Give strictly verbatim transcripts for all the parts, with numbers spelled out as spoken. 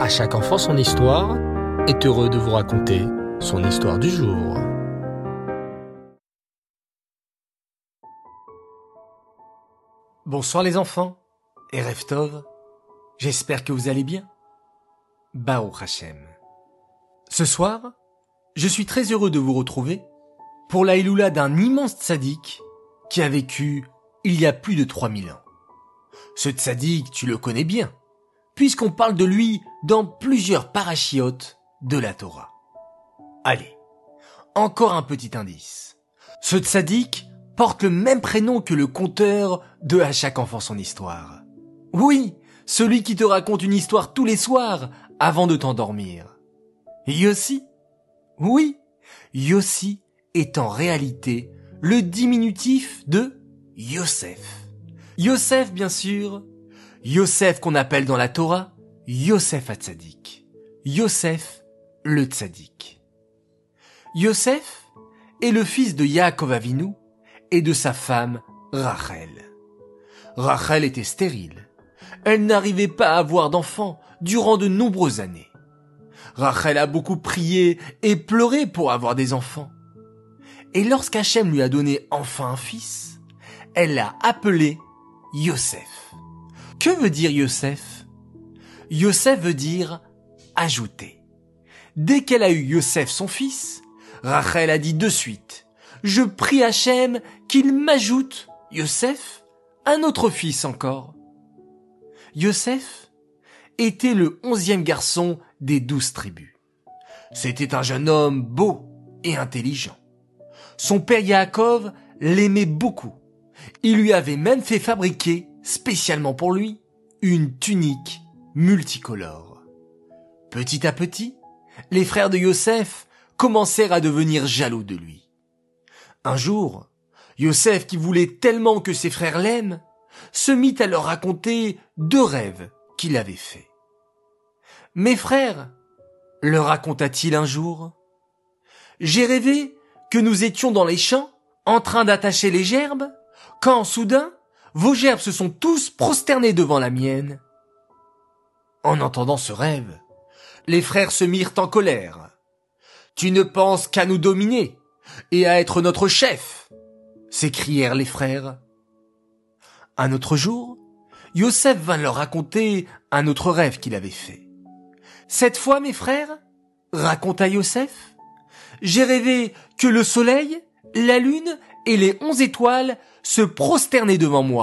À chaque enfant son histoire est heureux de vous raconter son histoire du jour. Bonsoir les enfants, Erev Tov, j'espère que vous allez bien. Baruch Hashem. Ce soir, je suis très heureux de vous retrouver pour la Iloula d'un immense tzaddik qui a vécu il y a plus de trois mille ans. Ce tzaddik, tu le connais bien, puisqu'on parle de lui dans plusieurs parachiotes de la Torah. Allez, encore un petit indice. Ce tzaddik porte le même prénom que le conteur de À chaque enfant son histoire. Oui, celui qui te raconte une histoire tous les soirs avant de t'endormir. Yossi? Oui, Yossi est en réalité le diminutif de Yosef. Yosef, bien sûr. Yosef qu'on appelle dans la Torah Yosef HaTzadik. Yosef le Tzadik. Yosef est le fils de Yaakov Avinu et de sa femme Rachel. Rachel était stérile. Elle n'arrivait pas à avoir d'enfants durant de nombreuses années. Rachel a beaucoup prié et pleuré pour avoir des enfants. Et lorsqu'Hachem lui a donné enfin un fils, elle l'a appelé Yosef. Que veut dire Yosef? Yosef veut dire ajouter. Dès qu'elle a eu Yosef son fils, Rachel a dit de suite: je prie Hachem qu'il m'ajoute, Yosef, un autre fils encore. Yosef était le onzième garçon des douze tribus. C'était un jeune homme beau et intelligent. Son père Yaakov l'aimait beaucoup. Il lui avait même fait fabriquer, spécialement pour lui, une tunique multicolore. Petit à petit, les frères de Yosef commencèrent à devenir jaloux de lui. Un jour, Yosef, qui voulait tellement que ses frères l'aiment, se mit à leur raconter deux rêves qu'il avait faits. « Mes frères, leur raconta-t-il un jour, j'ai rêvé que nous étions dans les champs, en train d'attacher les gerbes, quand, soudain, vos gerbes se sont tous prosternés devant la mienne. » En entendant ce rêve, les frères se mirent en colère. « Tu ne penses qu'à nous dominer et à être notre chef !» s'écrièrent les frères. Un autre jour, Yosef vint leur raconter un autre rêve qu'il avait fait. « Cette fois, mes frères, raconta Yosef, j'ai rêvé que le soleil, la lune et les onze étoiles se prosternaient devant moi. »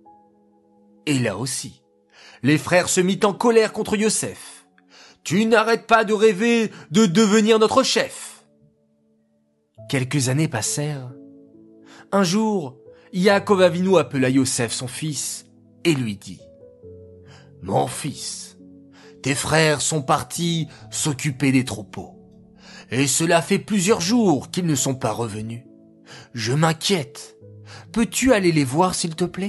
Et là aussi, les frères se mirent en colère contre Yosef. « Tu n'arrêtes pas de rêver de devenir notre chef !» Quelques années passèrent. Un jour, Yaakov Avinu appela Yosef son fils et lui dit: « Mon fils, tes frères sont partis s'occuper des troupeaux, et cela fait plusieurs jours qu'ils ne sont pas revenus. Je m'inquiète. Peux-tu aller les voir, s'il te plaît ?»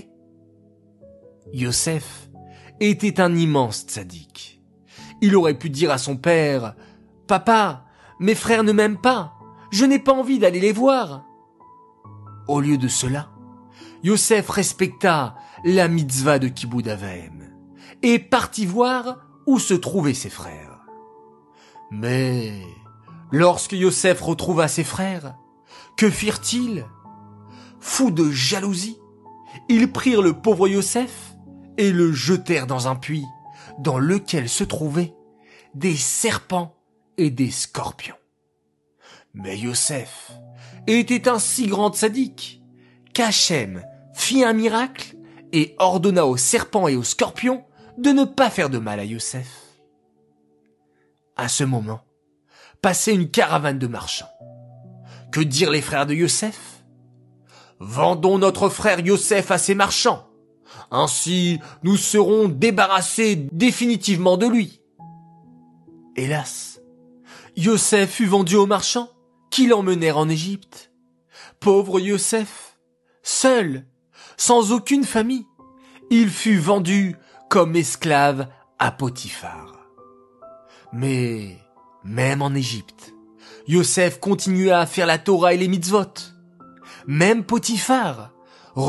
Yosef était un immense tzaddik. Il aurait pu dire à son père: « Papa, mes frères ne m'aiment pas. Je n'ai pas envie d'aller les voir. » Au lieu de cela, Yosef respecta la mitzvah de Kibboud Avaim et partit voir où se trouvaient ses frères. Mais lorsque Yosef retrouva ses frères, que firent-ils? Fous de jalousie, ils prirent le pauvre Yosef et le jetèrent dans un puits dans lequel se trouvaient des serpents et des scorpions. Mais Yosef était un si grand tzaddik qu'Hachem fit un miracle et ordonna aux serpents et aux scorpions de ne pas faire de mal à Yosef. À ce moment, passait une caravane de marchands. Que dirent les frères de Yosef? « Vendons notre frère Yosef à ces marchands. Ainsi, nous serons débarrassés définitivement de lui. » Hélas, Yosef fut vendu aux marchands qui l'emmenèrent en Égypte. Pauvre Yosef, seul, sans aucune famille, il fut vendu comme esclave à Potiphar. Mais même en Égypte, Yosef continua à faire la Torah et les mitzvot. Même Potiphar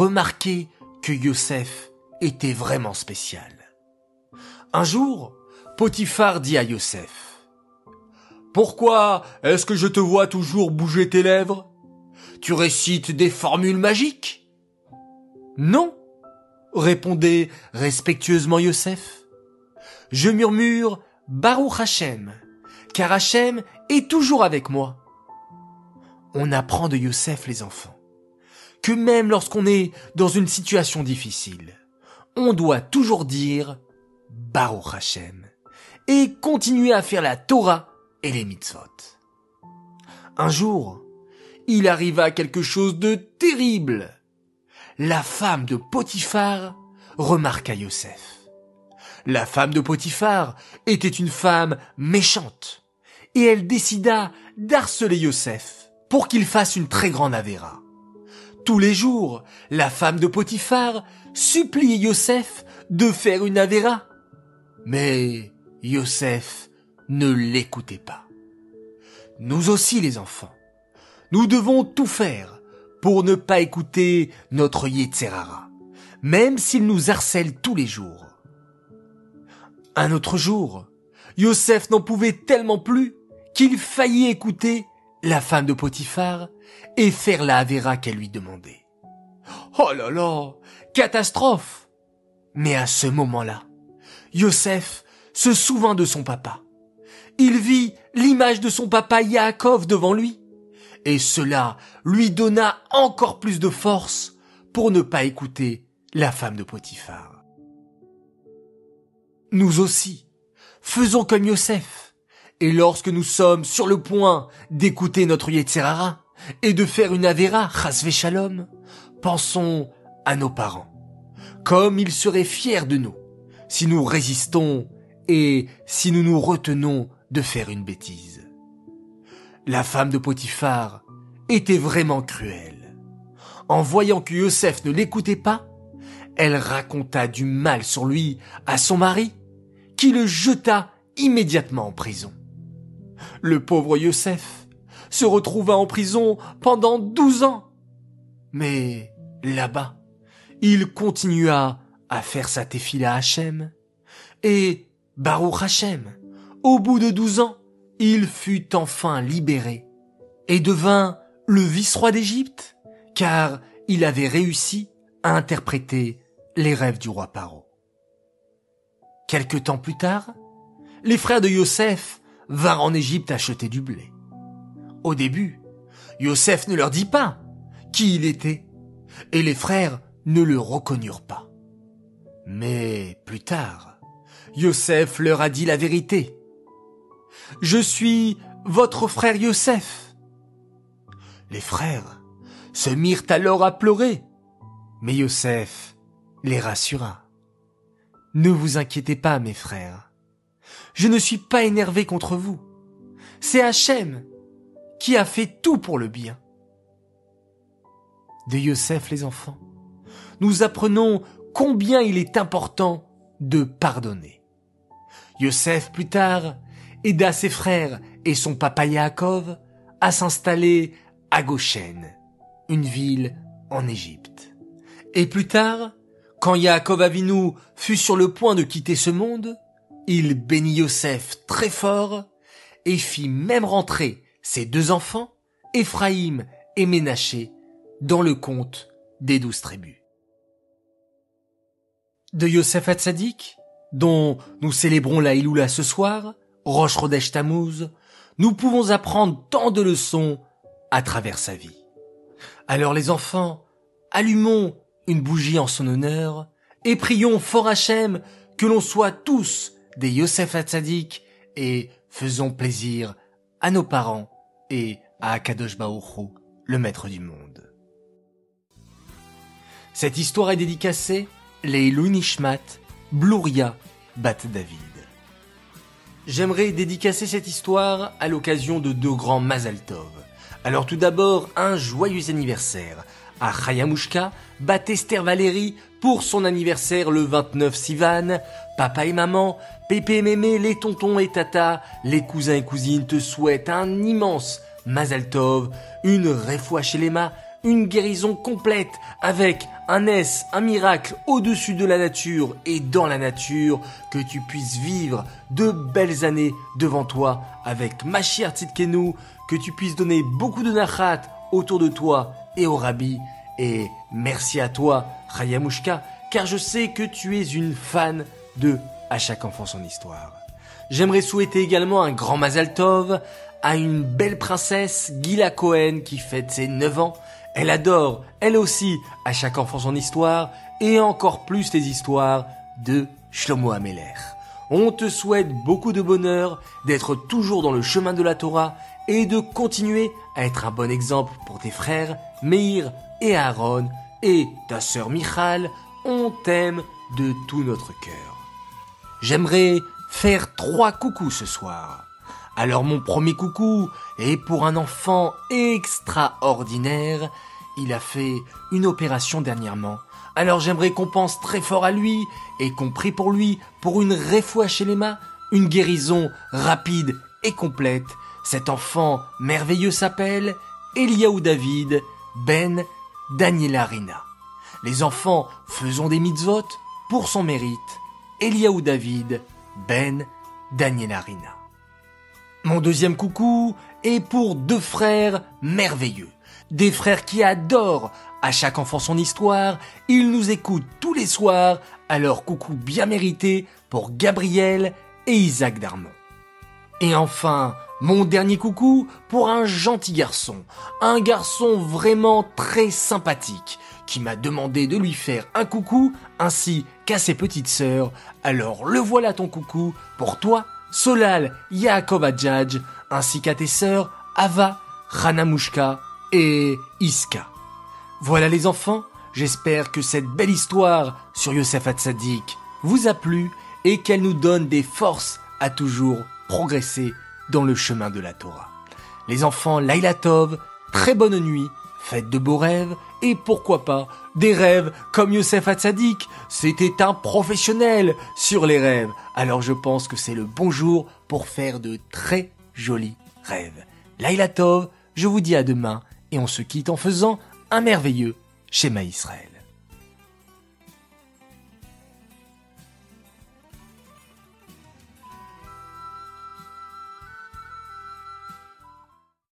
remarquait que Yosef était vraiment spécial. Un jour, Potiphar dit à Yosef: « Pourquoi est-ce que je te vois toujours bouger tes lèvres? Tu récites des formules magiques? » « Non, » répondait respectueusement Yosef. « Je murmure Baruch Hashem, car Hashem est toujours avec moi. » On apprend de Yosef, les enfants, que même lorsqu'on est dans une situation difficile, on doit toujours dire Baruch Hashem et continuer à faire la Torah et les mitzvot. Un jour, il arriva quelque chose de terrible. La femme de Potiphar remarqua Yosef. La femme de Potiphar était une femme méchante et elle décida d'harceler Yosef pour qu'il fasse une très grande avéra. Tous les jours, la femme de Potiphar suppliait Yosef de faire une avéra. Mais Yosef ne l'écoutait pas. Nous aussi, les enfants, nous devons tout faire pour ne pas écouter notre Yetzer Hara, même s'il nous harcèle tous les jours. Un autre jour, Yosef n'en pouvait tellement plus qu'il faillit écouter la femme de Potiphar et faire la avéra qu'elle lui demandait. Oh là là, catastrophe! Mais à ce moment-là, Yosef se souvint de son papa. Il vit l'image de son papa Yaakov devant lui, et cela lui donna encore plus de force pour ne pas écouter la femme de Potiphar. Nous aussi, faisons comme Yosef, et lorsque nous sommes sur le point d'écouter notre Yetzer Hara et de faire une avéra, chas v'shalom, pensons à nos parents, comme ils seraient fiers de nous si nous résistons et si nous nous retenons de faire une bêtise. La femme de Potiphar était vraiment cruelle. En voyant que Yosef ne l'écoutait pas, elle raconta du mal sur lui à son mari, qui le jeta immédiatement en prison. Le pauvre Yosef se retrouva en prison pendant douze ans. Mais là-bas, il continua à faire sa tefila à Hachem. Et Baruch Hashem, au bout de douze ans, il fut enfin libéré et devint le vice-roi d'Égypte, car il avait réussi à interpréter les rêves du roi Paro. Quelque temps plus tard, les frères de Yosef vinrent en Égypte acheter du blé. Au début, Yosef ne leur dit pas qui il était, et les frères ne le reconnurent pas. Mais plus tard, Yosef leur a dit la vérité. « Je suis votre frère Yosef. » Les frères se mirent alors à pleurer, mais Yosef les rassura. « Ne vous inquiétez pas, mes frères. Je ne suis pas énervé contre vous. C'est Hachem qui a fait tout pour le bien. » De Yosef, les enfants, nous apprenons combien il est important de pardonner. Yosef, plus tard, aida ses frères et son papa Yaakov à s'installer à Goshen, une ville en Égypte. Et plus tard, quand Yaakov Avinu fut sur le point de quitter ce monde, il bénit Yosef très fort et fit même rentrer ses deux enfants, Éphraïm et Ménaché, dans le compte des douze tribus. De Yosef Hatzadik, dont nous célébrons la Hiloula ce soir, Rosh Chodesh Tammuz, nous pouvons apprendre tant de leçons à travers sa vie. Alors les enfants, allumons une bougie en son honneur et prions fort Hachem que l'on soit tous des Yosef Hatzadik et faisons plaisir à nos parents et à Akadosh Baruch Hu, le maître du monde. Cette histoire est dédicacée Leilou Nishmat Bluria Bat David. J'aimerais dédicacer cette histoire à l'occasion de deux grands Mazal Tov. Alors tout d'abord, un joyeux anniversaire à Chayamushka, Bat Esther Valérie, pour son anniversaire le vingt-neuf Sivan. Papa et maman, Pépé et Mémé, les tontons et tata, les cousins et cousines te souhaitent un immense Mazal Tov, une Refoua Shelema, une guérison complète avec un S, un miracle au-dessus de la nature et dans la nature, que tu puisses vivre de belles années devant toi avec Mashiach Tzidkenu, que tu puisses donner beaucoup de nachat autour de toi et au Rabbi. Et merci à toi, Chayamushka, car je sais que tu es une fan de À chaque enfant son histoire. J'aimerais souhaiter également un grand Mazal Tov à une belle princesse, Gila Cohen, qui fête ses neuf ans. Elle adore, elle aussi, À chaque enfant son histoire, et encore plus les histoires de Shlomo Ameler. On te souhaite beaucoup de bonheur, d'être toujours dans le chemin de la Torah, et de continuer à être un bon exemple pour tes frères, Meir et Aaron, et ta sœur Michal. On t'aime de tout notre cœur. J'aimerais faire trois coucous ce soir. Alors mon premier coucou est pour un enfant extraordinaire. Il a fait une opération dernièrement. Alors j'aimerais qu'on pense très fort à lui et qu'on prie pour lui pour une refoua shelema, une guérison rapide et complète. Cet enfant merveilleux s'appelle Eliaou David ben Daniela Rina. Les enfants, faisons des mitzvot pour son mérite. Eliaou David ben Daniela Rina. Mon deuxième coucou est pour deux frères merveilleux. Des frères qui adorent À chaque enfant son histoire. Ils nous écoutent tous les soirs. Alors coucou bien mérité pour Gabriel et Isaac Darmon. Et enfin, mon dernier coucou pour un gentil garçon. Un garçon vraiment très sympathique qui m'a demandé de lui faire un coucou ainsi qu'à ses petites sœurs. Alors le voilà ton coucou pour toi, Solal Yaakov Adjadj, ainsi qu'à tes sœurs Ava, Hanamushka et Iska. Voilà les enfants, j'espère que cette belle histoire sur Yosef Hatzadik vous a plu et qu'elle nous donne des forces à toujours progresser dans le chemin de la Torah. Les enfants, Laila Tov, très bonne nuit, faites de beaux rêves et pourquoi pas des rêves comme Yosef Hatzadik. C'était un professionnel sur les rêves, alors je pense que c'est le bon jour pour faire de très jolis rêves. Laila Tov, je vous dis à demain et on se quitte en faisant un merveilleux Shema Israël.